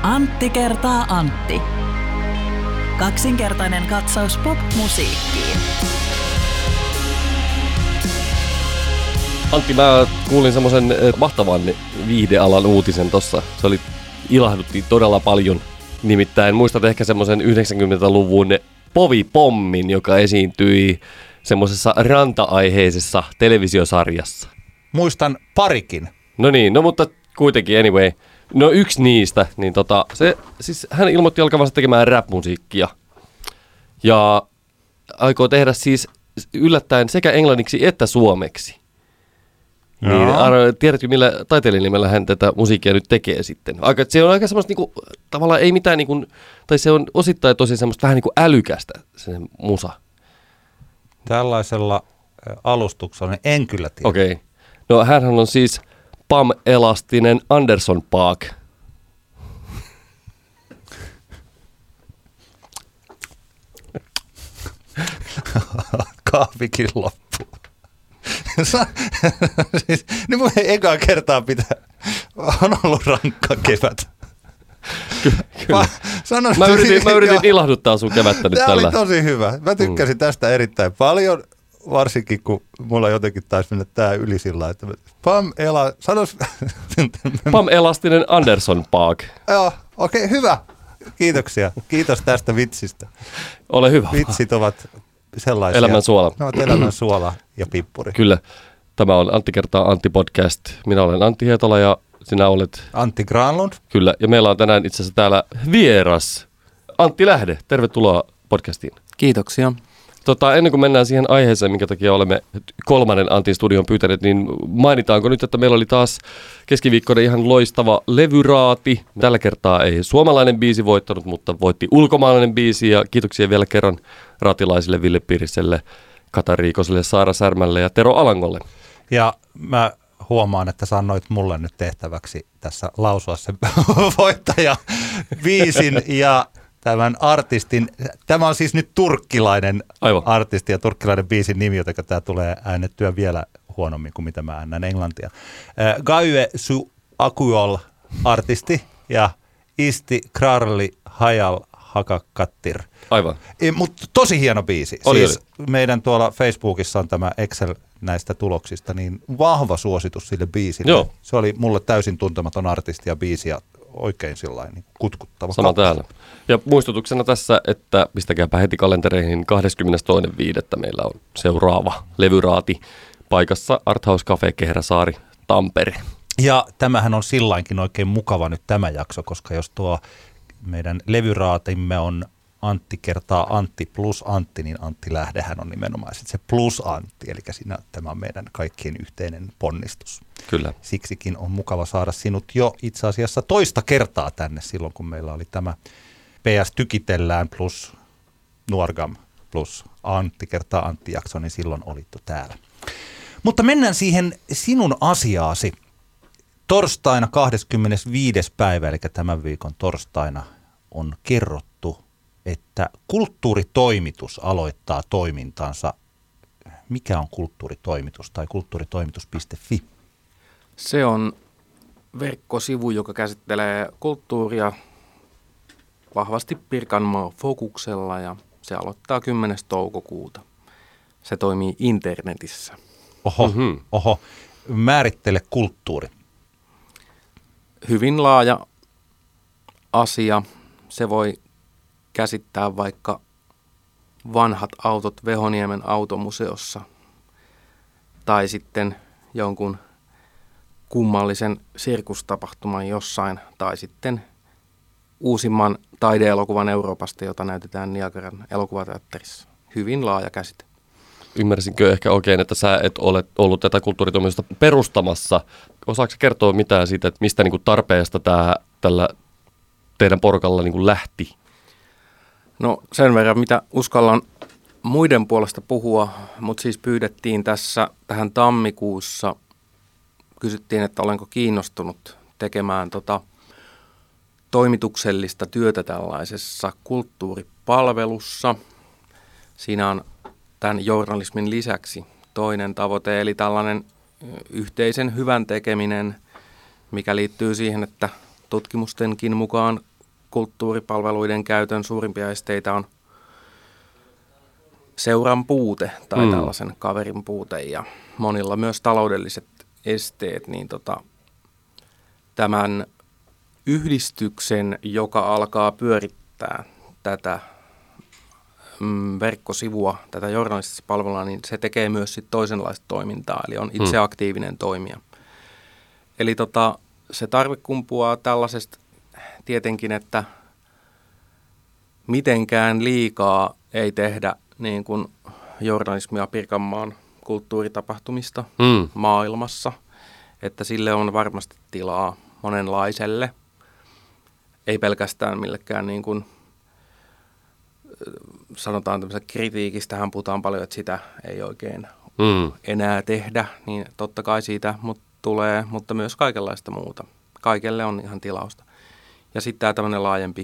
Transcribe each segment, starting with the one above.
Antti kertaa Antti. Kaksinkertainen katsaus pop-musiikkiin. Antti, mä kuulin semmoisen mahtavan viihdealan uutisen tossa. Se ilahdutti todella paljon. Nimittäin muistat ehkä semmoisen 90-luvun povipommin, joka esiintyi semmoisessa ranta-aiheisessa televisiosarjassa. Muistan parikin. No niin, mutta kuitenkin anyway. No yksi niistä, niin siis hän ilmoitti alkavansa tekemään rap-musiikkia. Ja aikoo tehdä siis yllättäen sekä englanniksi että suomeksi. Niin, tiedätkö millä taiteilijanimellä hän tätä musiikkia nyt tekee sitten? Se on aika semmoista niinku, tavallaan ei mitään niinku, tai se on osittain tosi semmoista vähän niinku älykästä se musa. Tällaisella alustuksella en kyllä tiedä. Okei. No hänhän on siis Pam Elastinen Anderson Paak. Kahvikin loppu. Siis, niin mun ekaa kertaa on ollut rankka kevät. Kyllä. Mä yritin ilahduttaa sun kevättä nyt tällä. Tämä oli tosi hyvä. Mä tykkäsin tästä erittäin paljon, varsinkin kun mulla jotenkin taisi mennä tää yli sillä, että Pam Elastinen Anderson Paak. Joo, okei, hyvä. Kiitoksia. Kiitos tästä vitsistä. Ole hyvä. Vitsit ovat sellaisia. Elämän suola. Ne ovat elämän suola ja pippuri. Kyllä. Tämä on Antti kertaa Antti podcast. Minä olen Antti Hietola ja sinä olet Antti Granlund. Kyllä. Ja meillä on tänään itse asiassa täällä vieras Antti Lähde. Tervetuloa podcastiin. Kiitoksia. Ennen kuin mennään siihen aiheeseen, minkä takia olemme kolmannen Antin studion pyytäneet, niin mainitaanko nyt, että meillä oli taas keskiviikkoinen ihan loistava levyraati. Tällä kertaa ei suomalainen biisi voittanut, mutta voitti ulkomaalainen biisi. Ja kiitoksia vielä kerran raatilaisille Ville Piriselle, Kata Riikoselle, Saara Särmälle ja Tero Alangolle. Ja mä huomaan, että sanoit mulle nyt tehtäväksi tässä lausua sen voittajabiisin ja tämän artistin, tämä on siis nyt turkkilainen artisti ja turkkilainen biisin nimi, joten tämä tulee äänettyä vielä huonommin kuin mitä mä äännän englantia. Gaye Su Akuol artisti ja Isti Krarli Hayal Hakakattir. Aivan. Mutta tosi hieno biisi. Oli. Meidän tuolla Facebookissa on tämä Excel näistä tuloksista, niin vahva suositus sille biisille. Joo. Se oli mulle täysin tuntematon artisti ja biisi ja oikein sillain niin kutkuttava. Sama täällä. Ja muistutuksena tässä, että pistäkääpä heti kalentereihin 22.5. meillä on seuraava levyraati paikassa Arthouse Cafe Kehräsaari, Tampere. Ja tämähän on sillainkin oikein mukava nyt tämä jakso, koska jos tuo meidän levyraatimme on Antti kertaa Antti plus Antti, niin Antti Lähdehän on nimenomaan se plus Antti, eli tämä on meidän kaikkien yhteinen ponnistus. Kyllä. Siksikin on mukava saada sinut jo itse asiassa toista kertaa tänne silloin, kun meillä oli tämä PS Tykitellään plus Nuorgam plus Antti kertaa Antti jakso, niin silloin olit täällä. Mutta mennään siihen sinun asiaasi. Torstaina 25. päivä, eli tämän viikon torstaina on kerrottu, että kulttuuritoimitus aloittaa toimintansa. Mikä on kulttuuritoimitus tai kulttuuritoimitus.fi? Se on verkkosivu, joka käsittelee kulttuuria vahvasti Pirkanmaan fokuksella ja se aloittaa 10. toukokuuta. Se toimii internetissä. Oho. Määrittele kulttuuri. Hyvin laaja asia. Se voi käsittää vaikka vanhat autot Vehoniemen automuseossa tai sitten jonkun kummallisen sirkustapahtuman jossain tai sitten uusimman taideelokuvan Euroopasta, jota näytetään Niagaran elokuvateatterissa. Hyvin laaja käsite. Ymmärsinkö ehkä oikein, että sä et ole ollut tätä kulttuuritoimitusta perustamassa? Osaatko kertoa mitään siitä, että mistä niinku tarpeesta tällä teidän porukalla niinku lähti? No sen verran, mitä uskallan muiden puolesta puhua, mutta siis pyydettiin tähän tammikuussa, kysyttiin, että olenko kiinnostunut tekemään toimituksellista työtä tällaisessa kulttuuripalvelussa. Siinä on tämän journalismin lisäksi toinen tavoite, eli tällainen yhteisen hyvän tekeminen, mikä liittyy siihen, että tutkimustenkin mukaan kulttuuripalveluiden käytön suurimpia esteitä on seuran puute tai tällaisen kaverin puute ja monilla myös taloudelliset esteet, niin tämän yhdistyksen, joka alkaa pyörittää tätä verkkosivua, tätä journalistista palvelua, niin se tekee myös sit toisenlaista toimintaa, eli on itse aktiivinen toimija. Eli se tarve kumpuaa tällaisesta tietenkin, että mitenkään liikaa ei tehdä niin kuin journalismia Pirkanmaan kulttuuritapahtumista maailmassa, että sille on varmasti tilaa monenlaiselle, ei pelkästään millekään niin kuin sanotaan tämmöisestä kritiikistähän puhutaan paljon, että sitä ei oikein enää tehdä, niin totta kai siitä tulee, mutta myös kaikenlaista muuta. Kaikelle on ihan tilausta. Ja sitten tämä tämmöinen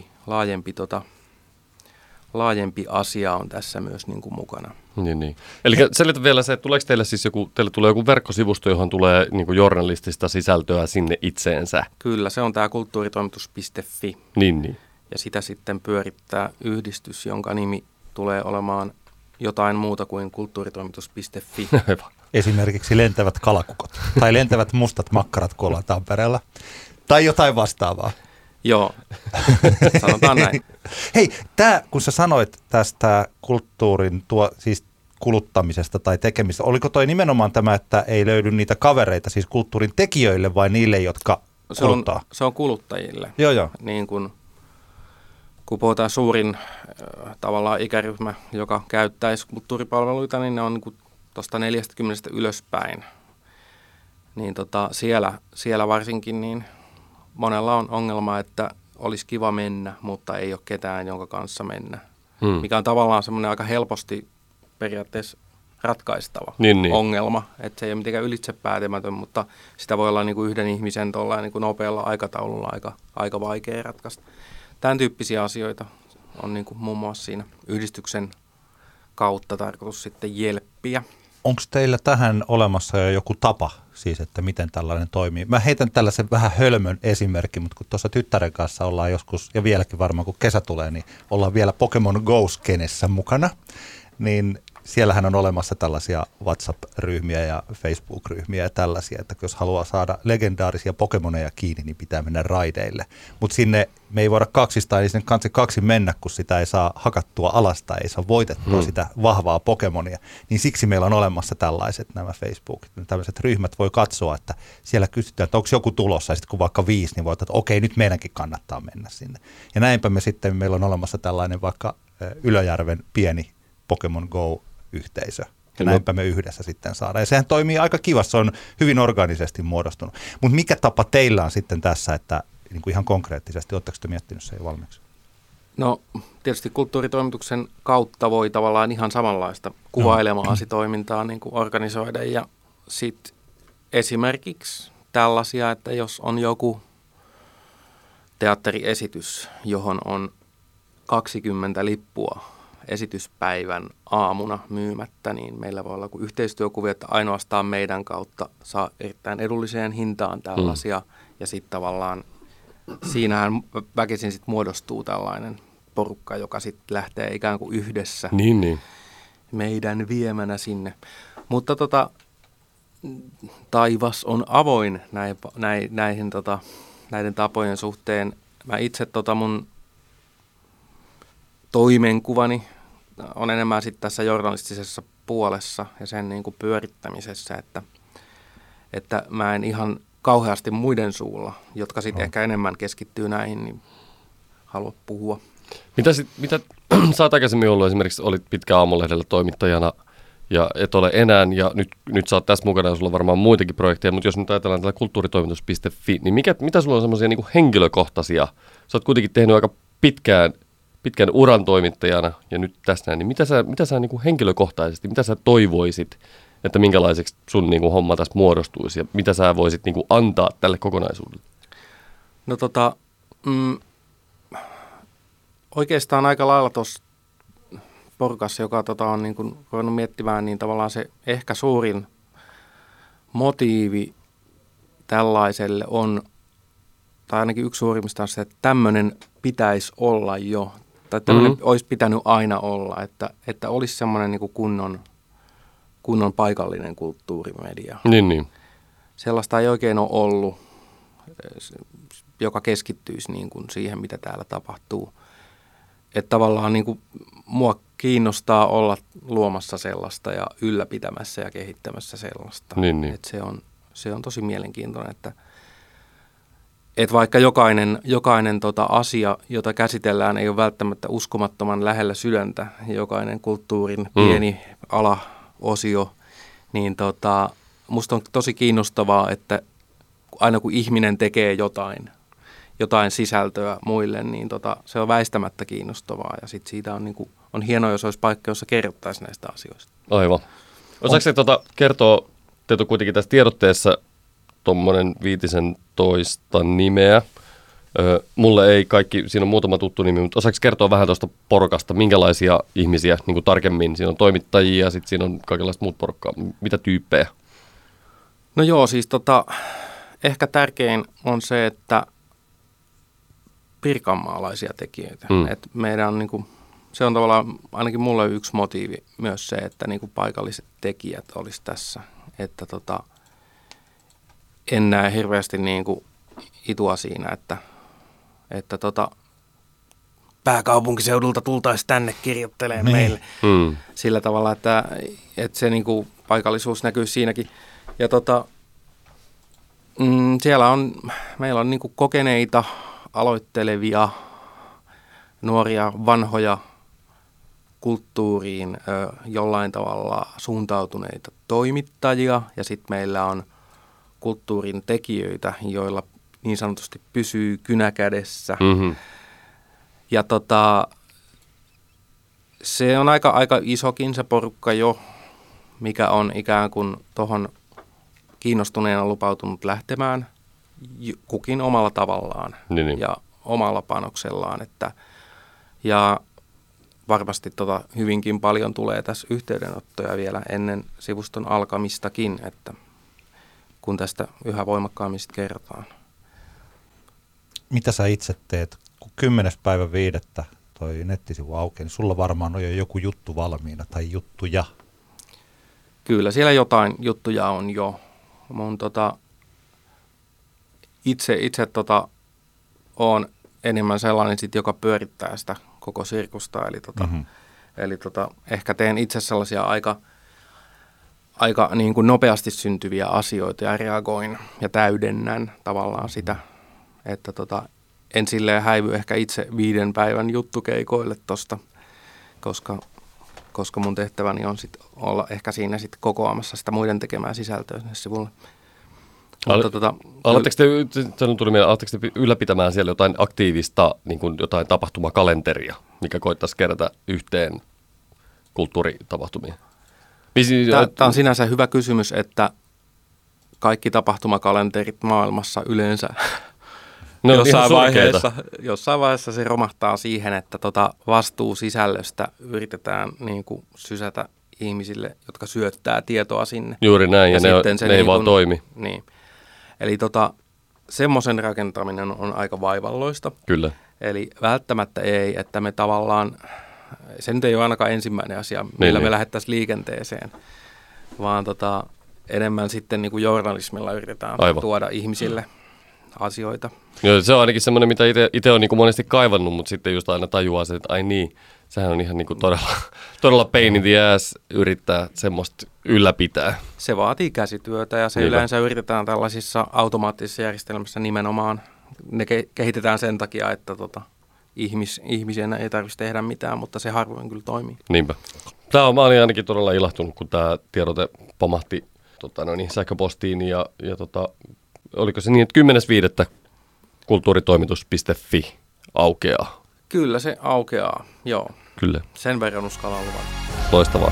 laajempi asia on tässä myös niin kuin mukana. Niin. Eli selitä vielä se, että tuleeko teille siis teille tulee joku verkkosivusto, johon tulee niin kuin journalistista sisältöä sinne itseensä? Kyllä, se on tämä kulttuuritoimitus.fi. Niin. Ja sitä sitten pyörittää yhdistys, jonka nimi tulee olemaan jotain muuta kuin kulttuuritoimitus.fi. Esimerkiksi lentävät kalakukot tai lentävät mustat makkarat, kun ollaan Tampereella. Tai jotain vastaavaa. Joo, sanotaan näin. Hei, kun sä sanoit tästä kulttuurin siis kuluttamisesta tai tekemisestä, oliko toi nimenomaan tämä, että ei löydy niitä kavereita siis kulttuurin tekijöille vai niille, jotka kuluttaa? Se on kuluttajille. Joo. Niin kun puhutaan suurin tavallaan ikäryhmä, joka käyttäisi kulttuuripalveluita, niin ne on niin tuosta 40 ylöspäin. Niin siellä varsinkin niin monella on ongelma, että olisi kiva mennä, mutta ei ole ketään, jonka kanssa mennä. Mikä on tavallaan semmoinen aika helposti periaatteessa ratkaistava ongelma. Että se ei ole mitenkään ylitsepäätämätön, mutta sitä voi olla niin kuin yhden ihmisen niin kuin nopealla aikataululla aika vaikea ratkaista. Tämän tyyppisiä asioita on niin kuin muun muassa siinä yhdistyksen kautta tarkoitus sitten jelppiä. Onko teillä tähän olemassa jo joku tapa, siis että miten tällainen toimii? Mä heitän tällaisen vähän hölmön esimerkin, mutta kun tuossa tyttären kanssa ollaan joskus, ja vieläkin varmaan kun kesä tulee, niin ollaan vielä Pokemon Go-skenessä mukana, niin siellähän on olemassa tällaisia WhatsApp-ryhmiä ja Facebook-ryhmiä ja tällaisia, että jos haluaa saada legendaarisia Pokemoneja kiinni, niin pitää mennä raideille. Mutta sinne me ei voida kaksistaan, ei sinne kansi kaksi mennä, kun sitä ei saa hakattua alasta, ei saa voitettua sitä vahvaa Pokemonia. Niin siksi meillä on olemassa tällaiset nämä Facebookit, tällaiset ryhmät voi katsoa, että siellä kysytään, että onko joku tulossa, ja sitten kun vaikka 5, niin voi että okei, nyt meidänkin kannattaa mennä sinne. Ja näinpä meillä on olemassa tällainen vaikka Ylöjärven pieni Pokemon Go-yhteisö. Ja näinpä me yhdessä sitten saadaan. Ja sehän toimii aika kivasti, se on hyvin organisesti muodostunut. Mutta mikä tapa teillä on sitten tässä, että niin kuin ihan konkreettisesti, oletteko te miettinyt se jo valmiiksi? No tietysti kulttuuritoimituksen kautta voi tavallaan ihan samanlaista kuvailemaasi toimintaa niin kuin organisoida. Ja sitten esimerkiksi tällaisia, että jos on joku teatteriesitys, johon on 20 lippua esityspäivän aamuna myymättä, niin meillä voi olla kuin yhteistyökuvia, että ainoastaan meidän kautta saa erittäin edulliseen hintaan tällaisia. Ja sitten tavallaan siinähän väkisin sit muodostuu tällainen porukka, joka sitten lähtee ikään kuin yhdessä meidän viemänä sinne. Mutta taivas on avoin näiden tapojen suhteen. Mä itse mun toimenkuvani on enemmän sitten tässä journalistisessa puolessa ja sen niin kuin pyörittämisessä, että mä en ihan kauheasti muiden suulla, jotka sitten ehkä enemmän keskittyy näihin, niin halua puhua. Mitä sä oot aikaisemmin ollut esimerkiksi, olit pitkään Aamulehdellä toimittajana ja et ole enää, ja nyt sä oot tässä mukana ja sulla on varmaan muitakin projekteja, mutta jos nyt ajatellaan tällä kulttuuritoimitus.fi, niin mitä sulla on semmoisia niin kuin henkilökohtaisia, sä oot kuitenkin tehnyt aika pitkän uran toimittajana ja nyt tässä näin, niin mitä sä niin kuin henkilökohtaisesti, mitä sä toivoisit, että minkälaiseksi sun niin kuin homma tässä muodostuisi ja mitä sä voisit niin kuin antaa tälle kokonaisuudelle? No oikeastaan aika lailla tuossa porukassa, joka on niin kuin ruvennut miettimään, niin tavallaan se ehkä suurin motiivi tällaiselle on, tai ainakin yksi suurimmista on se, että tämmöinen pitäisi olla jo, tai tämmöinen olisi pitänyt aina olla, että olisi semmoinen niin kuin kunnon paikallinen kulttuurimedia. Niin. Sellaista ei oikein ole ollut, joka keskittyisi niin kuin siihen, mitä täällä tapahtuu. Että tavallaan niin kuin mua kiinnostaa olla luomassa sellaista ja ylläpitämässä ja kehittämässä sellaista. Niin. Että se on tosi mielenkiintoinen, että vaikka jokainen asia, jota käsitellään, ei ole välttämättä uskomattoman lähellä sydäntä, jokainen kulttuurin pieni alaosio, niin musta on tosi kiinnostavaa, että aina kun ihminen tekee jotain sisältöä muille, niin se on väistämättä kiinnostavaa. Ja sitten siitä on hienoa, jos olisi paikka, jossa kerrottaisiin näistä asioista. Aivan. Osaatko kertoa, teet on kuitenkin tässä tiedotteessa tuommoinen 15 nimeä. Mulle ei kaikki, siinä on muutama tuttu nimi, mutta osaatko kertoa vähän tuosta porukasta, minkälaisia ihmisiä niin kuin tarkemmin? Siinä on toimittajia ja sitten siinä on kaikenlaista muut porukkaa. Mitä tyyppejä? No joo, siis ehkä tärkein on se, että pirkanmaalaisia tekijöitä. Et meidän on se on tavallaan ainakin mulle yksi motiivi myös se, että paikalliset tekijät olisi tässä. Että en näe hirveästi itua siinä, että pääkaupunkiseudulta tultaisiin tänne kirjoittelemaan meille sillä tavalla, että se paikallisuus näkyy siinäkin. Ja meillä on kokeneita, aloittelevia, nuoria, vanhoja, kulttuuriin jollain tavalla suuntautuneita toimittajia ja sitten meillä on kulttuurin tekijöitä, joilla niin sanotusti pysyy kynä kädessä. Mm-hmm. Ja se on aika isokin se porukka jo, mikä on ikään kuin tuohon kiinnostuneena lupautunut lähtemään kukin omalla tavallaan ja omalla panoksellaan. Ja varmasti hyvinkin paljon tulee tässä yhteydenottoja vielä ennen sivuston alkamistakin, että kun tästä yhä voimakkaammin kerrotaan. Mitä sä itse teet? Kun 10.5. toi nettisivu aukeaa, niin sulla varmaan on jo joku juttu valmiina tai juttuja. Kyllä, siellä jotain juttuja on jo. Mun itse on enemmän sellainen sit, joka pyörittää sitä koko sirkusta. Eli ehkä teen itse sellaisia aika niin kuin nopeasti syntyviä asioita ja reagoin ja täydennän tavallaan sitä, että en silleen häivy ehkä itse 5 päivän juttukeikoille tosta, koska mun tehtäväni on sit olla ehkä siinä sit kokoamassa sitä muiden tekemää sisältöä sinne sivulle. Aloitteko te ylläpitämään siellä jotain aktiivista, niin kuin jotain tapahtumakalenteria, mikä koittaisi kerätä yhteen kulttuuritapahtumia? Tämä on sinänsä hyvä kysymys, että kaikki tapahtumakalenterit maailmassa yleensä jossain vaiheessa se romahtaa siihen, että vastuu sisällöstä yritetään niin kuin sysätä ihmisille, jotka syöttää tietoa sinne. Juuri näin, ja ne ei vaan toimi. Niin. Eli semmoisen rakentaminen on aika vaivalloista. Kyllä. Eli välttämättä ei, että me tavallaan, se nyt ei ole ainakaan ensimmäinen asia, millä me lähdettäisiin liikenteeseen, vaan enemmän sitten niin kuin journalismilla yritetään tuoda ihmisille asioita. Joo, se on ainakin semmoinen, mitä itse on niin kuin monesti kaivannut, mutta sitten just aina tajuaa se, että ai niin, sehän on ihan niin kuin todella pain in the ass yrittää semmoista ylläpitää. Se vaatii käsityötä ja se yleensä yritetään tällaisissa automaattisissa järjestelmissä nimenomaan. Ne kehitetään sen takia, että ihmisen ei tarvitse tehdä mitään, mutta se harvoin kyllä toimii. Niinpä. Mä olin ainakin todella ilahtunut, kun tämä tiedote pamahti sähköpostiin ja oliko se niin, että 10.5. kulttuuritoimitus.fi aukeaa? Kyllä se aukeaa, joo. Kyllä. Sen verran uskallan luvata. Loistavaa.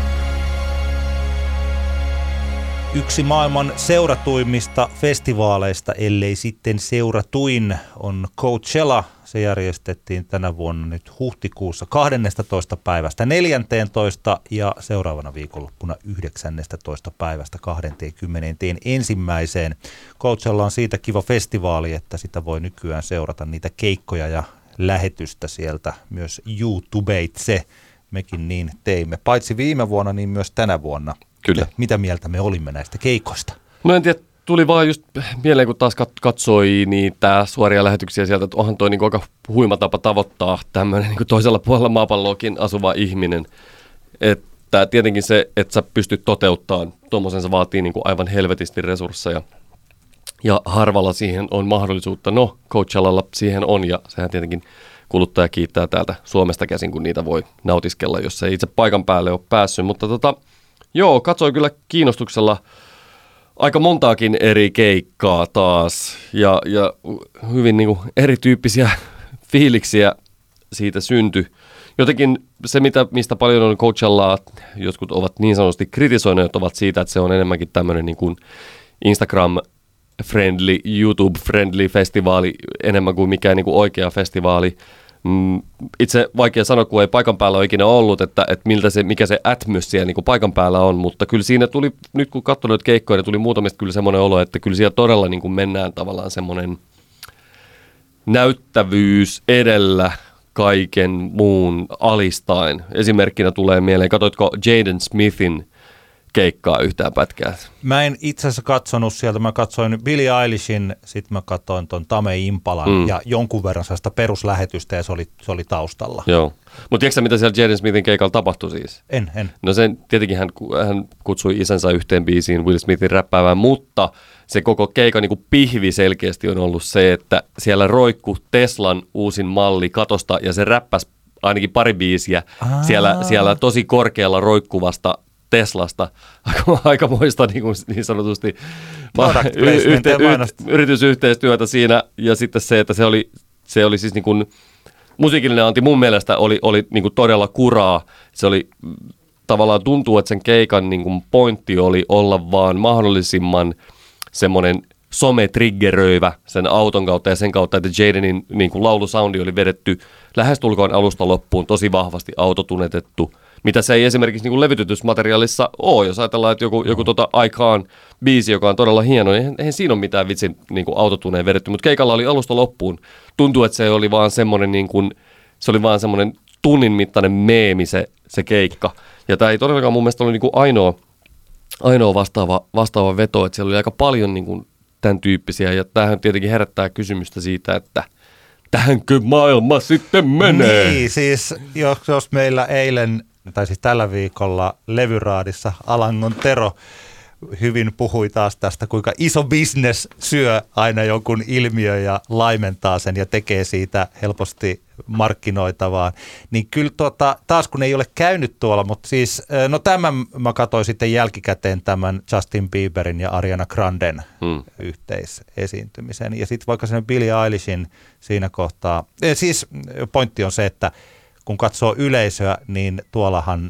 Yksi maailman seuratuimmista festivaaleista, ellei sitten seuratuin, on Coachella. Se järjestettiin tänä vuonna nyt huhtikuussa 12. päivästä 14. ja seuraavana viikonloppuna 19. päivästä 21. Coachella on siitä kiva festivaali, että sitä voi nykyään seurata niitä keikkoja ja lähetystä sieltä myös YouTubeitse. Mekin niin teimme. Paitsi viime vuonna, niin myös tänä vuonna. Kyllä. Ja mitä mieltä me olimme näistä keikoista? No en tiedä, tuli vaan just mieleen, kun taas katsoi niitä suoria lähetyksiä sieltä, että onhan toi niin aika huima tapa tavoittaa tämmöinen niin toisella puolella maapalloakin asuva ihminen. Että tietenkin se, että sä pystyt toteuttamaan tuommoisen, se vaatii niin aivan helvetisti resursseja. Ja harvalla siihen on mahdollisuutta. No, Coachalalla siihen on, ja sehän tietenkin kuluttaja kiittää täältä Suomesta käsin, kun niitä voi nautiskella, jos ei itse paikan päälle ole päässyt. Mutta joo, katsoin kyllä kiinnostuksella aika montaakin eri keikkaa taas, ja hyvin niin kuin erityyppisiä fiiliksiä siitä syntyi. Jotenkin se, mistä paljon on Coachallaa, jotkut ovat niin sanotusti kritisoineet, ovat siitä, että se on enemmänkin tämmöinen niin kuin Instagram-friendly, YouTube-friendly festivaali enemmän kuin mikään niin kuin oikea festivaali. Itse vaikea sanoa, kun ei paikan päällä ole ikinä ollut, että mikä se atmos siellä niin kuin paikan päällä on, mutta kyllä siinä tuli, nyt kun katsoin noita keikkoja, niin tuli muutamista kyllä semmoinen olo, että kyllä siellä todella niin kuin mennään tavallaan semmoinen näyttävyys edellä kaiken muun alistaen. Esimerkkinä tulee mieleen, katsoitko Jaden Smithin keikkaa yhtään pätkää? Mä en itse asiassa katsonut sieltä. Mä katsoin Billie Eilishin, sitten mä katsoin ton Tame Impalan ja jonkun verran sellaista peruslähetystä, ja se oli taustalla. Joo. Mutta tiedätkö mitä siellä Jaden Smithin keikalla tapahtui siis? En. No sen tietenkin hän kutsui isänsä yhteen biisiin Will Smithin räppäävään, mutta se koko keikan niin kuin pihvi selkeästi on ollut se, että siellä roikku Teslan uusin malli katosta, ja se räppäsi ainakin pari biisiä siellä tosi korkealla roikkuvasta Teslasta, aikamoista niin sanotusti yritysyhteistyötä siinä, ja sitten se, että se oli siis niin kuin, musiikillinen anti mun mielestä oli niin kuin todella kuraa. Se oli tavallaan tuntuu, että sen keikan niin kuin pointti oli olla vaan mahdollisimman semmoinen some-triggeröivä sen auton kautta ja sen kautta, että Jadenin niin kuin laulusoundi oli vedetty lähestulkoon alusta loppuun tosi vahvasti autotunetettu, mitä se ei esimerkiksi niin kuin levytysmateriaalissa ole. Jos ajatellaan, että joku Icon-biisi, joka on todella hieno, niin eihän siinä ole mitään vitsin niin kuin autotuneen vedetty, mutta keikalla oli alusta loppuun. Tuntuu, että se oli vaan semmoinen niin kuin, se oli vaan semmoinen tunnin mittainen meemi se keikka. Ja tämä ei todellakaan mun mielestä ollut niin kuin ainoa vastaava veto, että siellä oli aika paljon niin kuin tämän tyyppisiä, ja tämähän tietenkin herättää kysymystä siitä, että tähänkö maailma sitten menee? Niin, siis jos meillä eilen, tai siis tällä viikolla Levyraadissa Alangon Tero hyvin puhui taas tästä, kuinka iso business syö aina jonkun ilmiö ja laimentaa sen ja tekee siitä helposti markkinoitavaa. Niin kyllä taas kun ei ole käynyt tuolla, mutta siis, no tämän mä katsoin sitten jälkikäteen tämän Justin Bieberin ja Ariana Granden yhteisesiintymisen. Ja sitten vaikka sen Billie Eilishin siinä kohtaa, siis pointti on se, että kun katsoo yleisöä, niin tuollahan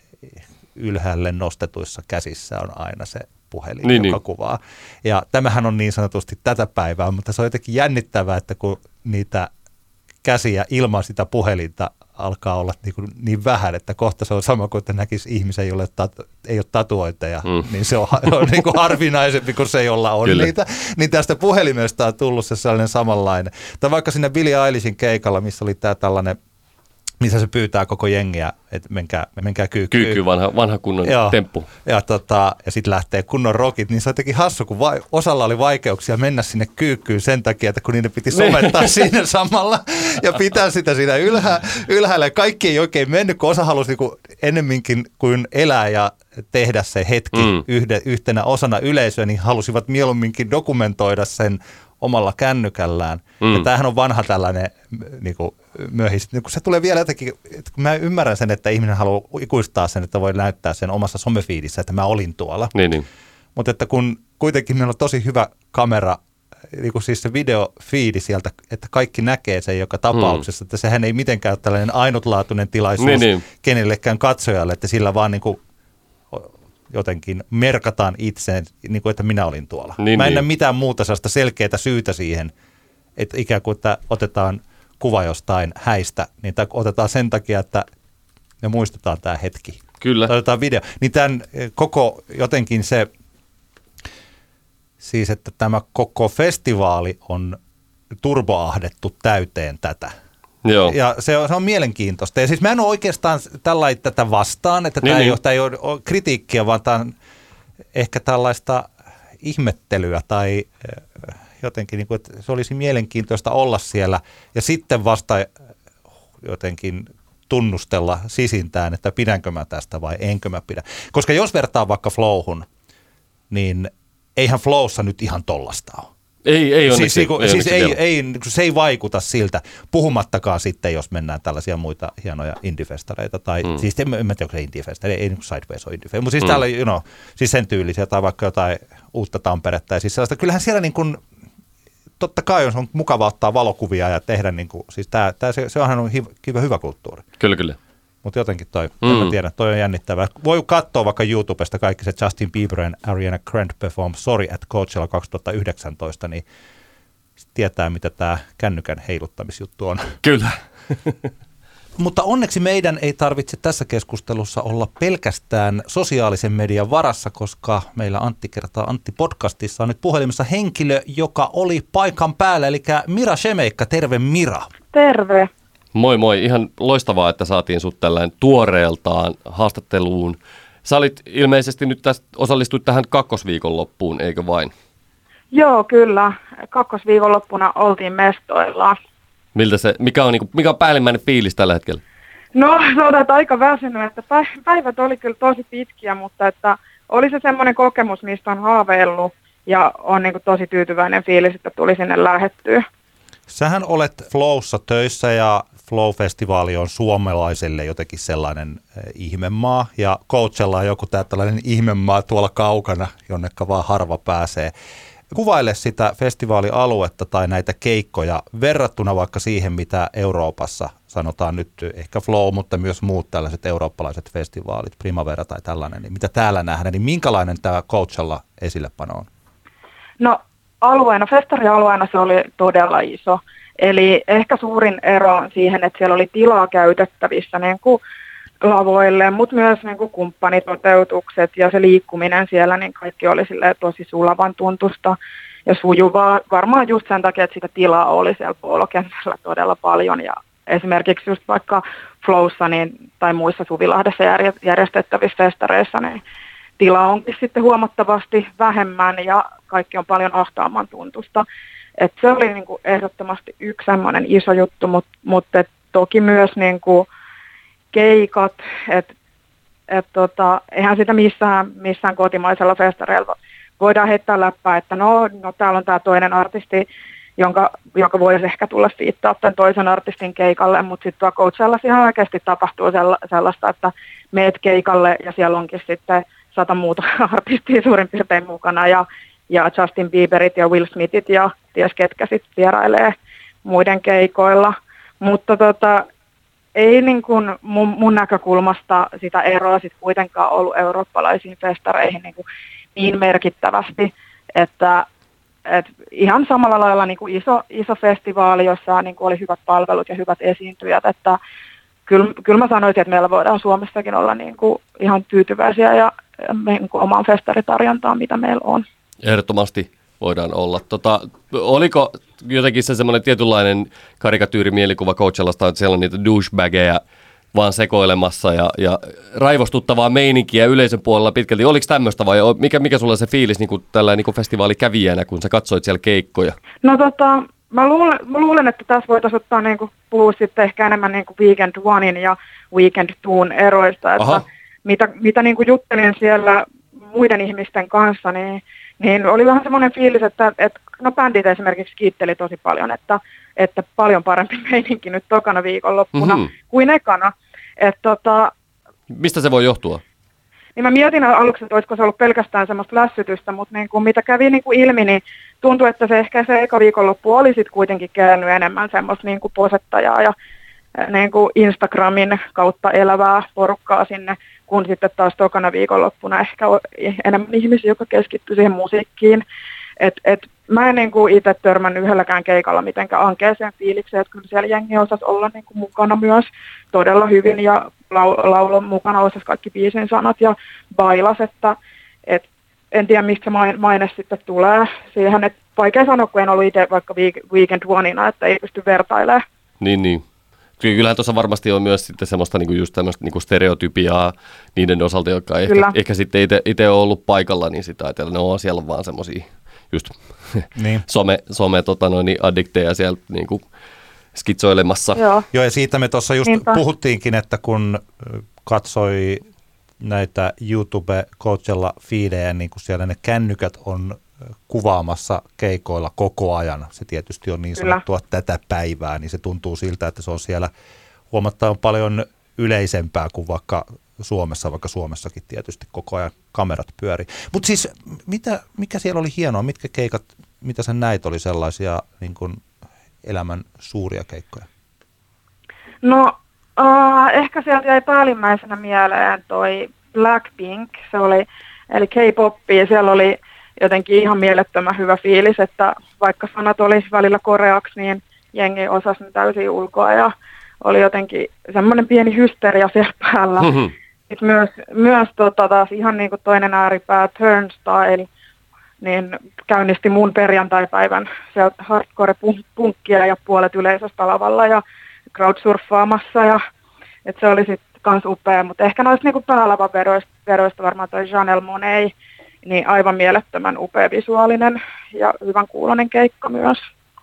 ylhäälle nostetuissa käsissä on aina se puhelin, joka kuvaa. Ja tämähän on niin sanotusti tätä päivää, mutta se on jotenkin jännittävää, että kun niitä käsiä ilman sitä puhelinta alkaa olla niin vähän, että kohta se on sama kuin, että näkisi ihmisen, jolle ei ole tatuointeja, niin se on niin kuin harvinaisempi kuin se, jolla on niitä. Niin tästä puhelimesta on tullut se sellainen samanlainen. Tai vaikka siinä Billie Eilishin keikalla, missä oli tämä tällainen, missä se pyytää koko jengiä, että menkää kyykkyyn. Kyykky, vanha kunnon temppu. Ja sitten lähtee kunnon rockit, niin se on jotenkin hassu, kun osalla oli vaikeuksia mennä sinne kyykkyyn sen takia, että kun niiden piti somettaa siinä samalla ja pitää sitä siinä ylhäällä. Kaikki ei oikein mennyt, kun osa halusi niinku ennemminkin kuin elää ja tehdä se hetki yhtenä osana yleisöä, niin halusivat mieluumminkin dokumentoida sen omalla kännykällään. Ja tämähän on vanha tällainen niinku myöhis. Niin kun se tulee vielä jotenkin, että mä ymmärrän sen, että ihminen haluaa ikuistaa sen, että voi näyttää sen omassa somefiidissä, että mä olin tuolla. Niin. Mutta että kun kuitenkin meillä on tosi hyvä kamera, niin kuin siis se videofiidi sieltä, että kaikki näkee sen joka tapauksessa, että sehän ei mitenkään ole tällainen ainutlaatuinen tilaisuus kenellekään katsojalle, että sillä vaan niin kuin jotenkin merkataan itseen, niin kuin, että minä olin tuolla. Mä en näe mitään muuta sellaista selkeää syytä siihen, että ikään kuin että otetaan kuva jostain häistä, niin otetaan sen takia, että me muistetaan tämä hetki. Kyllä. Tai otetaan video. Niin tämän koko jotenkin se, siis että tämä koko festivaali on turboahdettu täyteen tätä. Joo. Ja se on mielenkiintoista. Ja siis mä en ole oikeastaan tätä vastaan, että tämä ei ole kritiikkiä, vaan tämä on ehkä tällaista ihmettelyä tai jotenkin, niin kuin, että se olisi mielenkiintoista olla siellä ja sitten vasta jotenkin tunnustella sisintään, että pidänkö mä tästä vai enkö mä pidä. Koska jos vertaa vaikka Flowhun, niin eihän Flowssa nyt ihan tollasta ole. Ei onneksi. Se ei vaikuta siltä, puhumattakaan sitten, jos mennään tällaisia muita hienoja indie-festareita, tai siis en tiedä, onko se indie-festari, ei niin kuin Sideways ole indie-festari, mutta siis täällä, siis sen tyylisiä, tai vaikka jotain uutta Tamperetta, ja siis sellaista, kyllähän siellä niin kuin, totta kai on mukava ottaa valokuvia ja tehdä, niin kuin, siis se onhan hyvä kulttuuri. Kyllä. Mutta jotenkin en mä tiedä, toi on jännittävää. Voi katsoa vaikka YouTubesta kaikki se Justin Bieber and Ariana Grande perform Sorry at Coachella 2019, niin tietää, mitä tämä kännykän heiluttamisjuttu on. Kyllä. Mutta onneksi meidän ei tarvitse tässä keskustelussa olla pelkästään sosiaalisen median varassa, koska meillä Antti kertaa Antti podcastissa on nyt puhelimessa henkilö, joka oli paikan päällä, eli Mira Shemeikka. Terve Mira. Terve. Moi. Ihan loistavaa, että saatiin sut tällainen tuoreeltaan haastatteluun. Sä olit ilmeisesti nyt osallistuit tähän kakkosviikonloppuun, eikö vain? Joo, kyllä. Kakkosviikonloppuna oltiin mestoilla. Mikä on päällimmäinen fiilis tällä hetkellä? No, sanotaan, että aika väsynyt, että päivät oli kyllä tosi pitkiä, mutta että oli se semmoinen kokemus, mistä on haaveillut ja on niin kuin tosi tyytyväinen fiilis, että tuli sinne lähettyä. Sähän olet Flowssa töissä ja Flow-festivaali on suomalaiselle jotenkin sellainen ihmemaa ja Coachella on joku tällainen ihmemaa tuolla kaukana, jonnekka vaan harva pääsee. Kuvaile sitä festivaalialuetta tai näitä keikkoja verrattuna vaikka siihen, mitä Euroopassa sanotaan nyt ehkä Flow, mutta myös muut tällaiset eurooppalaiset festivaalit, Primavera tai tällainen, niin mitä täällä nähdään, niin minkälainen tämä Coachella esillepano on? No festarialueena se oli todella iso. Eli ehkä suurin ero on siihen, että siellä oli tilaa käytettävissä niin kuin lavoille, mutta myös niin kuin kumppanitoteutukset ja se liikkuminen siellä, niin kaikki oli tosi sulavan tuntusta ja sujuvaa. Varmaan just sen takia, että sitä tilaa oli siellä Poolokentällä todella paljon ja esimerkiksi just vaikka Flowssa tai muissa Suvilahdessa järjestettävissä festareissa, niin tilaa onkin sitten huomattavasti vähemmän ja kaikki on paljon ahtaamman tuntusta. Et se oli niin kuin ehdottomasti yksi semmoinen iso juttu, mutta toki myös niin kuin keikat, eihän sitä missään kotimaisella festareilla voidaan heittää läppää, että no täällä on tämä toinen artisti, joka voisi ehkä tulla fiittaa tämän toisen artistin keikalle, mutta sitten tuo Coachellassa ihan oikeasti tapahtuu sellaista, että meet keikalle ja siellä onkin sitten 100 muuta artistia suurin piirtein mukana ja Justin Bieberit ja Will Smithit ja ties ketkä sitten vierailee muiden keikoilla, mutta ei niin kuin mun näkökulmasta sitä eroa sitten kuitenkaan ollut eurooppalaisiin festareihin niin merkittävästi, että ihan samalla lailla niin kuin iso festivaali, jossa niin kuin oli hyvät palvelut ja hyvät esiintyjät, että kyllä mä sanoisin, että meillä voidaan Suomessakin olla niin kuin ihan tyytyväisiä ja niin kuin omaan festaritarjontaan, mitä meillä on. Ehdottomasti voidaan olla. Oliko jotenkin se semmoinen tietynlainen karikatyyrimielikuvaa Coachellasta, että siellä on niitä douchebageja vaan sekoilemassa ja raivostuttavaa meininkiä yleisön puolella pitkälti. Oliko tämmöistä vai mikä sulla se fiilis niin kuin tällainen niin kuin festivaalikävijänä, kun sä katsoit siellä keikkoja? No mä luulen, että tässä voitaisiin ottaa niin kuin, puhua sitten ehkä enemmän niin kuin Weekend Onein ja Weekend Twon eroista, että mitä niin kuin juttelin siellä muiden ihmisten kanssa, niin oli vähän semmoinen fiilis, että bändit esimerkiksi kiitteli tosi paljon, että paljon parempi meininki nyt tokana viikonloppuna kuin ekana. Mistä se voi johtua? Niin mä mietin aluksi, että olisiko se ollut pelkästään semmoista lässytystä, mutta niin kuin mitä kävi niin kuin ilmi, niin tuntui, että se eka viikonloppu oli sitten kuitenkin käynyt enemmän semmoista niin kuin posettajaa ja niin kuin Instagramin kautta elävää porukkaa sinne, kun sitten taas tokana viikonloppuna ehkä enemmän ihmisiä, jotka keskittyi siihen musiikkiin. Mä en niin kuin itse törmännyt yhdelläkään keikalla mitenkään ankeeseen fiilikseen, että kyllä siellä jengi osasi olla niin kuin mukana myös todella hyvin ja laulun mukana osasi kaikki biisin sanat ja bailas, että en tiedä mistä maine sitten tulee siihen, että vaikea sanoa, kun en ollut itse vaikka Weekend Oneina, että ei pysty vertailemaan. Niin. Kyllähän tuossa varmasti on myös sitten semmoista niinku just tämmöistä niinku stereotypiaa niiden osalta, jotka ehkä sitten itse on ollut paikalla, niin sitä ajatella, ne on siellä vaan semmoisia just niin. some addikteja siellä niinku skitsoilemassa. Joo, ja siitä me tuossa just puhuttiinkin, että kun katsoi näitä YouTube-coachella feedejä, niin kun siellä ne kännykät on kuvaamassa keikoilla koko ajan. Se tietysti on niin sanottua tätä päivää, niin se tuntuu siltä, että se on siellä huomattavan paljon yleisempää kuin vaikka Suomessa, vaikka Suomessakin tietysti koko ajan kamerat pyörii. Mutta siis mikä siellä oli hienoa, mitkä keikat, mitä sä näit, oli sellaisia niin kuin elämän suuria keikkoja? No ehkä sieltä jäi päällimmäisenä mieleen toi Blackpink, se oli, eli K-poppi, ja siellä oli jotenkin ihan mielettömän hyvä fiilis, että vaikka sanat oli välillä koreaksi, niin jengi osasi ne täysin ulkoa ja oli jotenkin semmoinen pieni hysteria siellä päällä. Sitten myös taas ihan niin kuin toinen ääripää Turnstile, niin käynnisti mun perjantaipäivän sieltä hardcore-punkkia ja puolet yleisöstä lavalla ja crowdsurffaamassa ja että se oli sitten kans upea, mutta ehkä noista niinku päälavan veroista varmaan toi Janelle Monáe, niin aivan mielettömän upea visuaalinen ja hyvän kuuloinen keikka myös.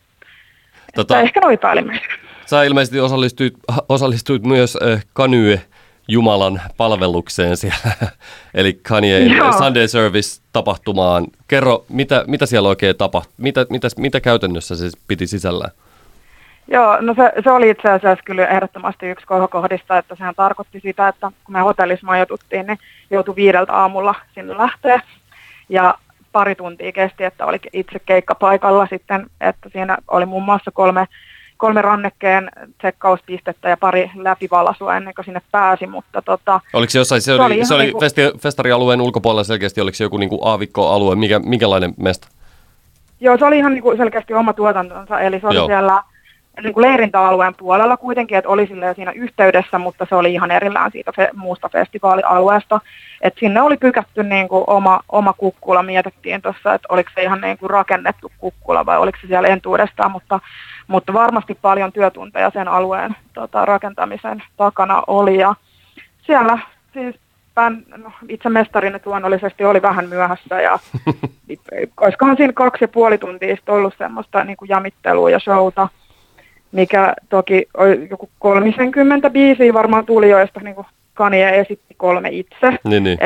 Ehkä noin päällimmäisenä. Sä ilmeisesti osallistuit myös Kanye Jumalan palvelukseen siellä, eli Kanye Sunday Service-tapahtumaan. Kerro, mitä siellä oikein tapahtui? Mitä käytännössä se piti sisällään? Joo, no se oli itse asiassa kyllä ehdottomasti yksi kohokohdista, että sehän tarkoitti sitä, että kun me hotellissa majoituttiin, niin joutui 5 aamulla sinne lähteä. Ja pari tuntia kesti, että oli itse keikkapaikalla sitten, että siinä oli muun muassa kolme rannekkeen tsekkauspistettä ja pari läpivalasua ennen kuin sinne pääsi, mutta oliko se jossain, se oli niinku festarialueen ulkopuolella selkeästi, oliko se joku niinku aavikkoalue, minkälainen mesta? Joo, se oli ihan niinku selkeästi oma tuotantonsa, eli se oli siellä niinku leirintäalueen puolella kuitenkin, että oli siinä yhteydessä, mutta se oli ihan erillään siitä muusta festivaalialueesta. Että sinne oli pykätty niinku oma kukkula, mietittiin tuossa, että oliko se ihan niinku rakennettu kukkula vai oliko se siellä entuudestaan, mutta varmasti paljon työtunteja sen alueen rakentamisen takana oli. Ja siellä siis itse mestari nyt luonnollisesti oli vähän myöhässä ja olisikohan siinä 2,5 tuntia ollut semmoista niinku jamittelua ja showta, mikä toki oli joku 30 biisiä varmaan tuli, joista niin Kanye esitti 3 itse. Niin.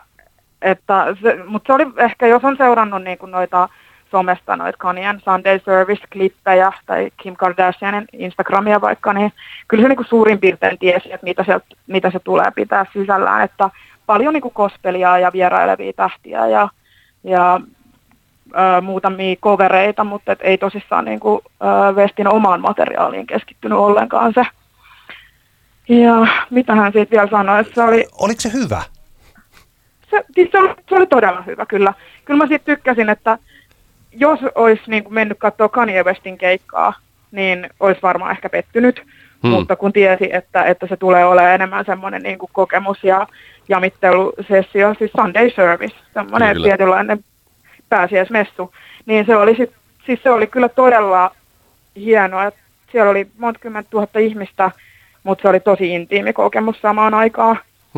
Mutta se oli ehkä, jos on seurannut niin noita somesta, noita Kanyen Sunday Service-klippejä tai Kim Kardashianin Instagramia vaikka, niin kyllä se niin suurin piirtein tiesi, että mitä se tulee pitää sisällään. Että paljon niin gospelia ja vierailevia tähtiä ja muutamia covereita, mutta ei tosissaan niin kuin, Westin omaan materiaaliin keskittynyt ollenkaan se. Ja mitähän siitä vielä sanoi, se oli... Oliko se hyvä? Se oli todella hyvä, kyllä. Kyllä mä siitä tykkäsin, että jos olisi niin kuin mennyt katsoa Kanye Westin keikkaa, niin olisi varmaan ehkä pettynyt, mutta kun tiesi, että se tulee olemaan enemmän semmoinen niin kuin kokemus- ja jamittelusessio, siis Sunday Service, semmoinen tietynlainen pääsiäismessu, niin se oli kyllä todella hienoa. Siellä oli monta kymmentä tuhatta ihmistä, mutta se oli tosi intiimi kokemus samaan aikaan.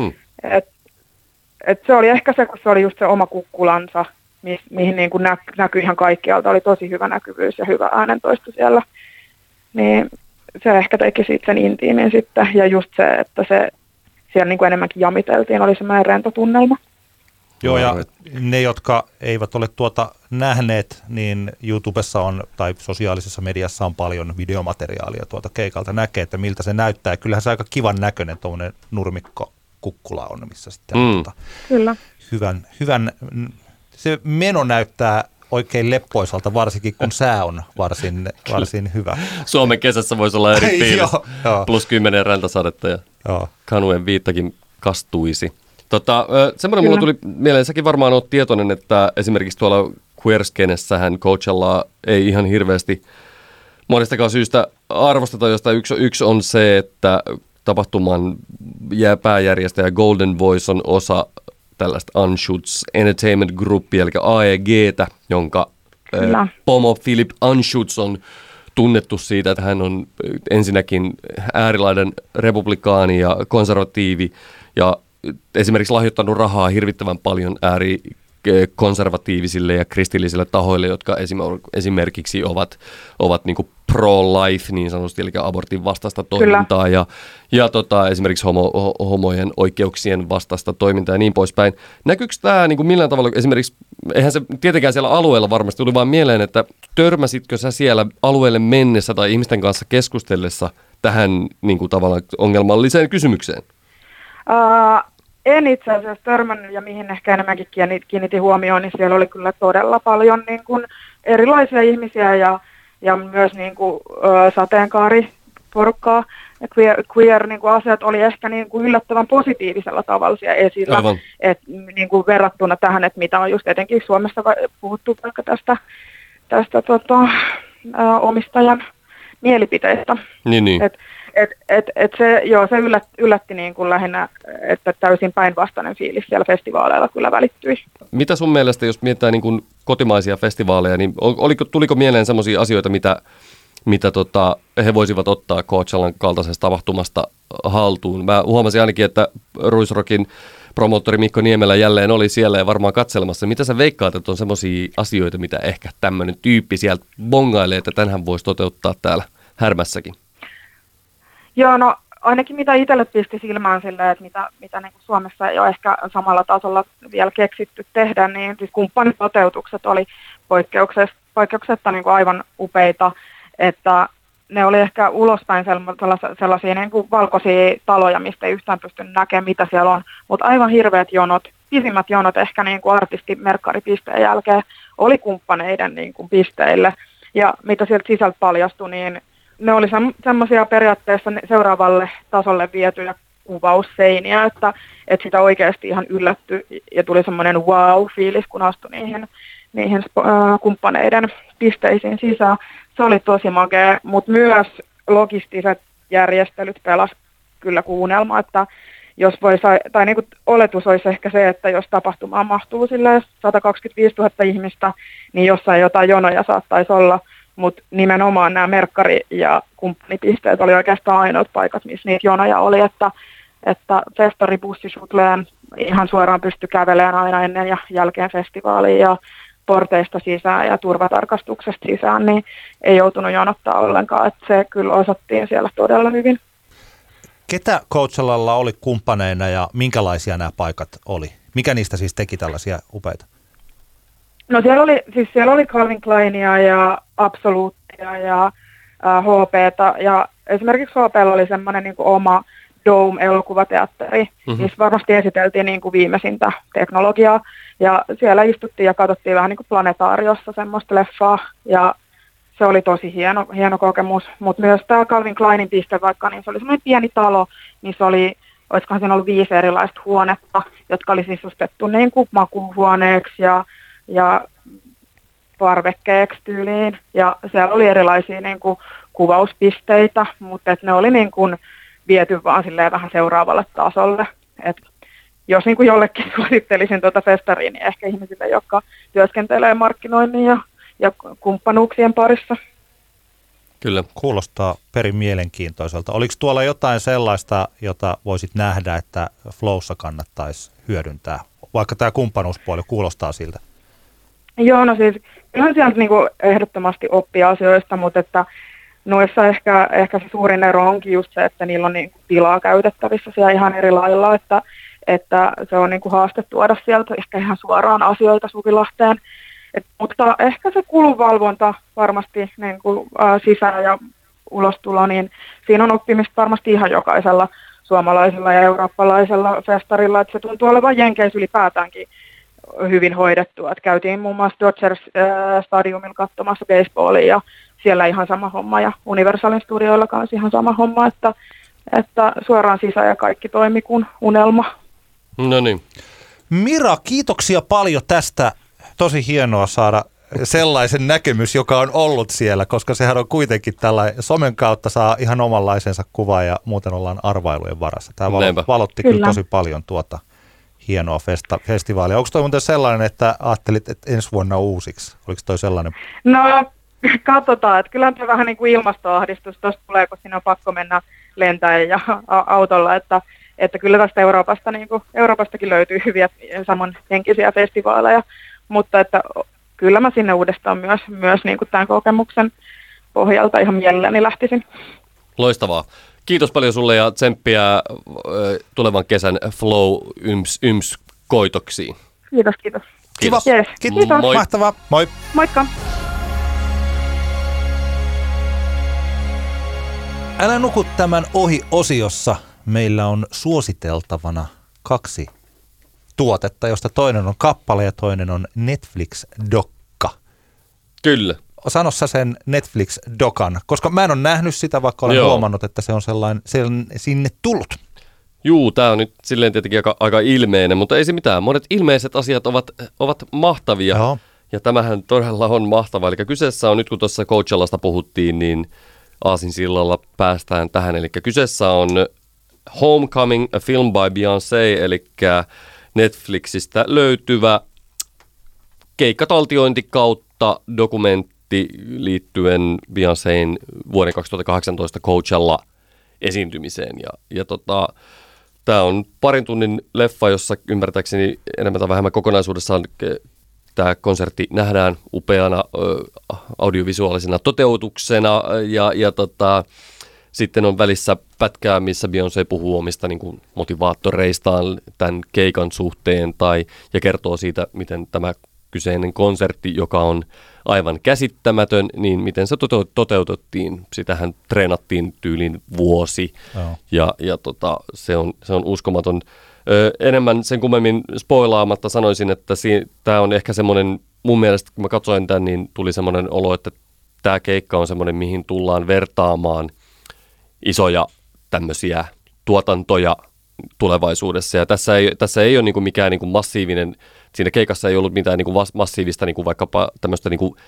Et se oli ehkä se, kun se oli just se oma kukkulansa, mihin niin kuin näkyi ihan kaikkialta. Oli tosi hyvä näkyvyys ja hyvä äänentoisto siellä. Niin se ehkä teki siitä sen intiimin sitten. Ja just se, että siellä niin kuin enemmänkin jamiteltiin, oli semmoinen rento tunnelma. Joo, ja ne, jotka eivät ole tuota nähneet, niin YouTubessa on, tai sosiaalisessa mediassa on paljon videomateriaalia tuolta keikalta. Näkee, että miltä se näyttää. Kyllähän se aika kivan näköinen tuommoinen nurmikko-kukkula on, missä sitten Kyllä. Hyvän, se meno näyttää oikein leppoisalta, varsinkin kun sää on varsin hyvä. Suomen kesässä voisi olla eri fiilis. Plus 10 räntäsadetta ja Kanuen viittakin kastuisi. Semmoinen mulle tuli mieleen, säkin varmaan olet tietoinen, että esimerkiksi tuolla queer-skenessähän Coachella ei ihan hirveästi monestakaan syystä arvosteta, josta yksi on se, että tapahtuman pääjärjestäjä Golden Voice on osa tällaista Anschutz Entertainment Groupia, eli AEGtä, jonka pomo Philip Anschutz on tunnettu siitä, että hän on ensinnäkin äärilaiden republikaani ja konservatiivi ja esimerkiksi lahjoittanut rahaa hirvittävän paljon konservatiivisille ja kristillisille tahoille, jotka esimerkiksi ovat niin kuin pro-life niin sanotusti, eli abortin vastaista toimintaa ja esimerkiksi homojen oikeuksien vastaista toimintaa ja niin poispäin. Näkyykö tämä niin kuin millään tavalla, esimerkiksi, eihän se tietenkään siellä alueella varmasti tuli vaan mieleen, että törmäsitkö sä siellä alueelle mennessä tai ihmisten kanssa keskustellessa tähän niin kuin tavallaan ongelmalliseen kysymykseen? En itse asiassa törmännyt, ja mihin ehkä enemmänkin kiinnitin huomioon, niin siellä oli kyllä todella paljon niin kuin erilaisia ihmisiä ja myös niin kuin, sateenkaariporukkaa. Queer niin kuin asiat oli ehkä niin kuin yllättävän positiivisella tavalla siellä esillä, niin kuin verrattuna tähän, että mitä on just etenkin Suomessa puhuttu vaikka tästä omistajan mielipiteistä. Niin. Se yllätti niin kuin lähinnä, että täysin päinvastainen fiilis siellä festivaaleilla kyllä välittyi. Mitä sun mielestä, jos mietitään niin kuin kotimaisia festivaaleja, niin tuliko mieleen sellaisia asioita, mitä he voisivat ottaa Coachellan kaltaisesta tapahtumasta haltuun? Mä huomasin ainakin, että Ruisrockin promoottori Mikko Niemelä jälleen oli siellä ja varmaan katselemassa. Mitä sä veikkaat, että on sellaisia asioita, mitä ehkä tämmöinen tyyppi sieltä bongailee, että tämänhän voisi toteuttaa täällä Härmässäkin? Joo, no ainakin mitä itselle pisti silmään silleen, että mitä niin kuin Suomessa ei ole ehkä samalla tasolla vielä keksitty tehdä, niin siis kumppanitoteutukset oli poikkeuksetta niin kuin aivan upeita, että ne oli ehkä ulospäin sellaisia niin kuin valkoisia taloja, mistä ei yhtään pystynyt näkemään, mitä siellä on, mutta aivan hirveät jonot, pisimmät jonot ehkä niin kuin artistimerkkaripisteen jälkeen oli kumppaneiden niin kuin pisteille, ja mitä sieltä sisältä paljastui, niin ne oli semmoisia periaatteessa seuraavalle tasolle vietyjä kuvausseiniä, että sitä oikeasti ihan yllättyi ja tuli semmoinen wow-fiilis, kun astui niihin kumppaneiden pisteisiin sisään. Se oli tosi makea, mutta myös logistiset järjestelyt pelas kyllä kuunnelma, että jos tai niin kuin oletus olisi ehkä se, että jos tapahtumaan mahtuu 125 000 ihmistä, niin jossain jotain jonoja saattaisi olla. Mutta nimenomaan nämä merkkari- ja kumppanipisteet oli oikeastaan ainoat paikat, missä niitä jonoja oli, että festaribussisutleen ihan suoraan pystyi kävelemään aina ennen ja jälkeen festivaalia ja porteista sisään ja turvatarkastuksesta sisään, niin ei joutunut jonottaa ollenkaan, että se kyllä osattiin siellä todella hyvin. Ketä Coachellalla oli kumppaneina ja minkälaisia nämä paikat oli? Mikä niistä siis teki tällaisia upeita? No siellä oli Calvin Kleinia ja Absoluuttia ja HP:ta ja esimerkiksi HP:lla oli semmoinen niin kuin oma Dome-elokuvateatteri, missä varmasti esiteltiin niin kuin viimeisintä teknologiaa ja siellä istuttiin ja katsottiin vähän niin kuin planetaariossa semmoista leffaa ja se oli tosi hieno kokemus, mutta myös tämä Calvin Kleinin piste vaikka, niin se oli semmoinen pieni talo, missä olisikohan siinä ollut 5 erilaista huonetta, jotka oli sisustettu niin kuin makuuhuoneeksi ja parvekkeeksi tyyliin. Ja siellä oli erilaisia niin kuin kuvauspisteitä, mutta ne oli niin kuin viety vaan silleen vähän seuraavalle tasolle. Et jos niin kuin jollekin suosittelisin tuota festaria, niin ehkä ihmisille, jotka työskentelee markkinoinnin ja kumppanuuksien parissa. Kyllä. Kuulostaa perin mielenkiintoiselta. Oliko tuolla jotain sellaista, jota voisit nähdä, että Flowssa kannattaisi hyödyntää? Vaikka tämä kumppanuuspuoli kuulostaa siltä. Joo, no siis kyllähän sieltä niin kuin ehdottomasti oppii asioista, mutta että noissa ehkä se suurin ero onkin just se, että niillä on niin kuin tilaa käytettävissä siellä ihan eri lailla, että se on niin kuin haaste tuoda sieltä ehkä ihan suoraan asioita Suvilahteen. Mutta ehkä se kulunvalvonta varmasti niin kuin, sisään ja ulostulo, niin siinä on oppimista varmasti ihan jokaisella suomalaisella ja eurooppalaisella festarilla, että se tuntuu olevan Jenkeissä ylipäätäänkin hyvin hoidettua. Että käytiin muun muassa Dodgers stadiumilla katsomassa baseballia ja siellä ihan sama homma ja Universalin studioilla kanssa ihan sama homma, että suoraan sisään ja kaikki toimi kuin unelma. No niin. Mira, kiitoksia paljon tästä. Tosi hienoa saada sellaisen näkemys, joka on ollut siellä, koska sehän on kuitenkin tällainen somen kautta saa ihan omanlaisensa kuva ja muuten ollaan arvailujen varassa. Tämä valotti kyllä tosi paljon tuota hienoa festivaalia. Onko toi muuten sellainen, että ajattelit, että ensi vuonna uusiksi? Oliko toi sellainen? No katsotaan, että kyllähän se vähän niin kuin ilmastoahdistus tuosta tulee, kun siinä on pakko mennä lentäen ja autolla, että kyllä tästä Euroopastakin löytyy hyviä samanhenkisiä festivaaleja, mutta että kyllä mä sinne uudestaan myös niin kuin tämän kokemuksen pohjalta ihan mielelläni lähtisin. Loistavaa. Kiitos paljon sulle ja tsemppiä tulevan kesän Flow Yms koitoksiin. Kiitos. Kiva. Yes. Kiitos. Moi. Mahtavaa. Moi. Moikka. Älä nuku tämän ohi-osiossa. Meillä on suositeltavana 2 tuotetta, josta toinen on kappale ja toinen on Netflix-dokka. Kyllä. Sano sä sen Netflix-dokan, koska mä en ole nähnyt sitä, vaikka olen huomannut, että se on sinne tullut. Juu, tää on nyt silleen tietenkin aika ilmeinen, mutta ei se mitään. Monet ilmeiset asiat ovat mahtavia. Joo. Ja tämähän todella on mahtava. Eli kyseessä on nyt, kun tuossa Coachellasta puhuttiin, niin aasinsillalla päästään tähän. Eli kyseessä on Homecoming, a film by Beyoncé, eli Netflixistä löytyvä keikkataltiointi kautta dokumentti liittyen Beyoncén vuoden 2018 Coachella esiintymiseen. Ja tämä on parin tunnin leffa, jossa ymmärtääkseni enemmän tai vähemmän kokonaisuudessaan tämä konsertti nähdään upeana audiovisuaalisena toteutuksena ja sitten on välissä pätkää, missä Beyoncé puhuu omista niin kuin motivaattoreistaan tämän keikan suhteen ja kertoo siitä, miten tämä kyseinen konsertti, joka on aivan käsittämätön, niin miten se toteutettiin. Sitähän treenattiin tyyliin vuosi ja se on uskomaton. Enemmän sen kummemmin spoilaamatta sanoisin, että tämä on ehkä semmoinen, mun mielestä kun mä katsoin tämän, niin tuli semmoinen olo, että tämä keikka on semmoinen, mihin tullaan vertaamaan isoja tämmöisiä tuotantoja tulevaisuudessa. Ja tässä ei ole niinku mikään niinku massiivinen, siinä keikassa ei ollut mitään niinku massiivista niinku vaikkapa tämmöistä niinku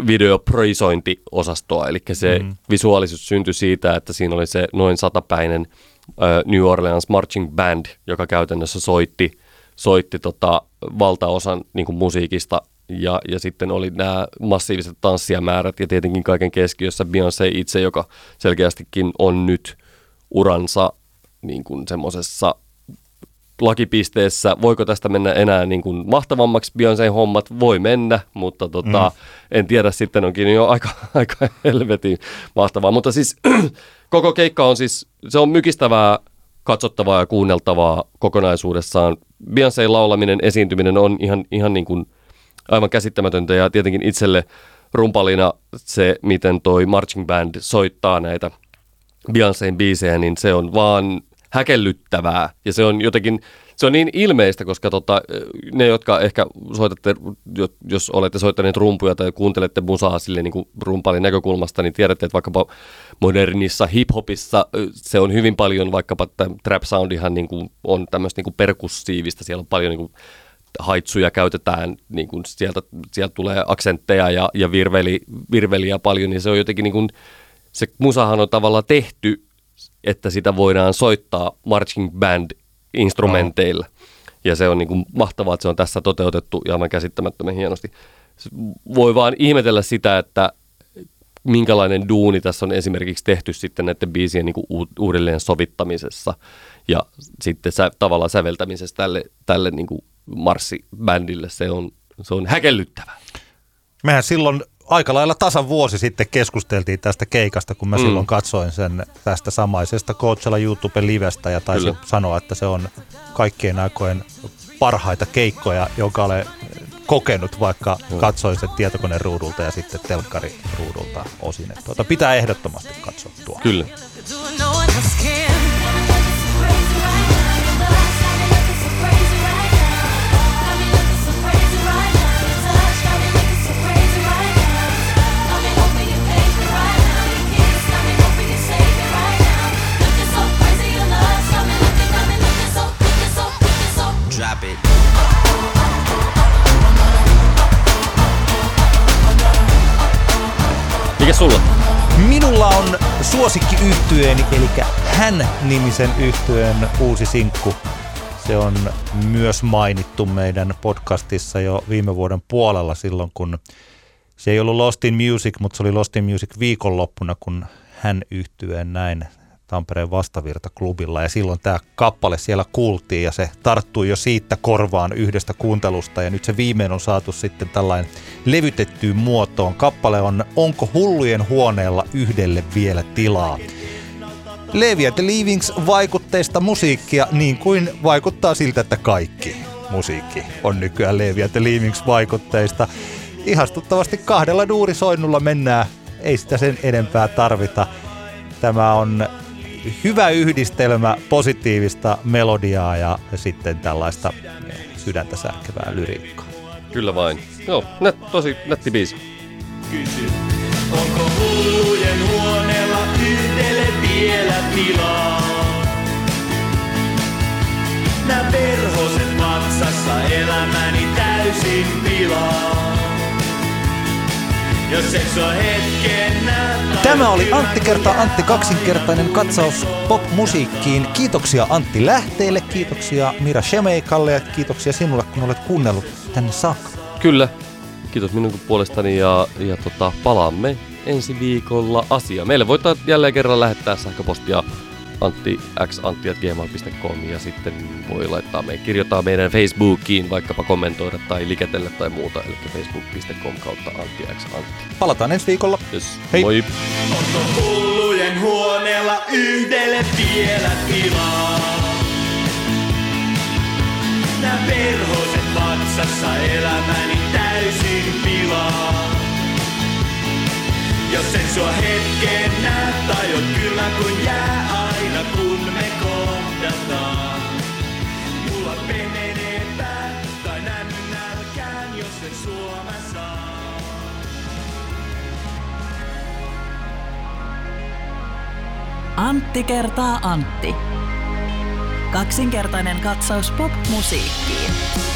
videoproisointiosastoa. Eli se visuaalisuus syntyi siitä, että siinä oli se noin 100-päinen New Orleans Marching Band, joka käytännössä soitti valtaosan niinku musiikista. Ja sitten oli nämä massiiviset tanssijamäärät ja tietenkin kaiken keskiössä Beyoncé itse, joka selkeästikin on nyt uransa niin kuin semmoisessa lakipisteessä. Voiko tästä mennä enää niin kuin mahtavammaksi Beyoncén hommat? Voi mennä, mutta en tiedä, sitten onkin jo aika helvetin mahtavaa. Mutta siis koko keikka on siis, se on mykistävää, katsottavaa ja kuunneltavaa kokonaisuudessaan. Beyoncén laulaminen, esiintyminen on ihan niin kuin aivan käsittämätöntä ja tietenkin itselle rumpalina se, miten toi marching band soittaa näitä Beyoncén biisejä, niin se on vaan häkellyttävää ja se on jotenkin, se on niin ilmeistä, koska ne, jotka ehkä soitatte, jos olette soittaneet rumpuja tai kuuntelette musaa sille niin kuin rumpalin näkökulmasta, niin tiedätte, että vaikkapa modernissa hip-hopissa se on hyvin paljon, vaikkapa trap soundihan niin kuin on tämmöistä niin kuin perkussiivista, siellä on paljon niin kuin haitsuja käytetään, niin kuin sieltä tulee aksentteja ja virveliä paljon, niin se on jotenkin niin kuin, se musahan on tavallaan tehty, että sitä voidaan soittaa marching band instrumenteilla. Ja se on niin kuin mahtavaa, että se on tässä toteutettu ja aivan käsittämättömän hienosti. Voi vaan ihmetellä sitä, että minkälainen duuni tässä on esimerkiksi tehty sitten näiden biisien niin kuin uudelleen sovittamisessa ja sitten tavallaan säveltämisessä tälle niin kuin marssibändille. Se on häkellyttävää. Mehän silloin aika lailla tasan vuosi sitten keskusteltiin tästä keikasta, kun mä silloin katsoin sen tästä samaisesta Coachella YouTube-livestä ja taisin sanoa, että se on kaikkien aikojen parhaita keikkoja, jonka olen kokenut, vaikka katsoin sen tietokoneen ruudulta ja sitten telkkariruudulta osin. Että pitää ehdottomasti katsoa tuo. Kyllä. Mikä sulla? Minulla on suosikkiyhtyeeni, eli Hän-nimisen yhtyeen uusi sinkku. Se on myös mainittu meidän podcastissa jo viime vuoden puolella silloin, kun Se ei ollut Lost in Music, mutta se oli Lost in Music viikonloppuna, kun hän yhtyeen näin Tampereen Vastavirta-klubilla. Ja silloin tämä kappale siellä kuultiin ja se tarttui jo siitä korvaan yhdestä kuuntelusta. Ja nyt se viimein on saatu sitten tällainen levytettyyn muotoon. Kappale on Onko hullujen huoneella yhdelle vielä tilaa? Levi and the Leavings vaikutteista musiikkia, niin kuin vaikuttaa siltä, että kaikki musiikki on nykyään Levi and the Leavings vaikutteista. Ihastuttavasti 2 duurisoinnulla mennään, ei sitä sen enempää tarvita. Tämä on hyvä yhdistelmä positiivista melodiaa ja sitten tällaista sydäntä särkevää lyriikkaa. Kyllä vain. Joo, tosi nätti biisi. Kysy, onko hullujen huoneella yhdelle vielä tilaa? Nää perhoset vatsassa elämäni täysin pilaa. Jos et sua hetken näyttää. Tämä oli Antti kertaa Antti, kaksinkertainen katsaus pop-musiikkiin. Kiitoksia Antti Lähteelle, kiitoksia Mira Shemeikalle ja kiitoksia sinulle, kun olet kuunnellut tänne saakka. Kyllä. Kiitos minun puolestani ja palaamme ensi viikolla asiaan. Meille voit jälleen kerran lähettää sähköpostia antti@gmail.com ja sitten voi laittaa kirjoittaa meidän Facebookiin, vaikkapa kommentoida tai liketellä tai muuta, eli facebook.com/antti_antti. Palataan ensi viikolla. Yes. Hei. Moi. Onko hullujen huoneella yhdelle vielä tilaa? Nää perhoset vatsassa elämäni täysin pilaa. Jos en sua hetken näe, tajut kylmä kun jää aina kun me kohdataan. Mulla penenee pää, tai näen nälkään, jos en sua mä saa. Antti kertaa Antti. Kaksinkertainen katsaus pop-musiikkiin.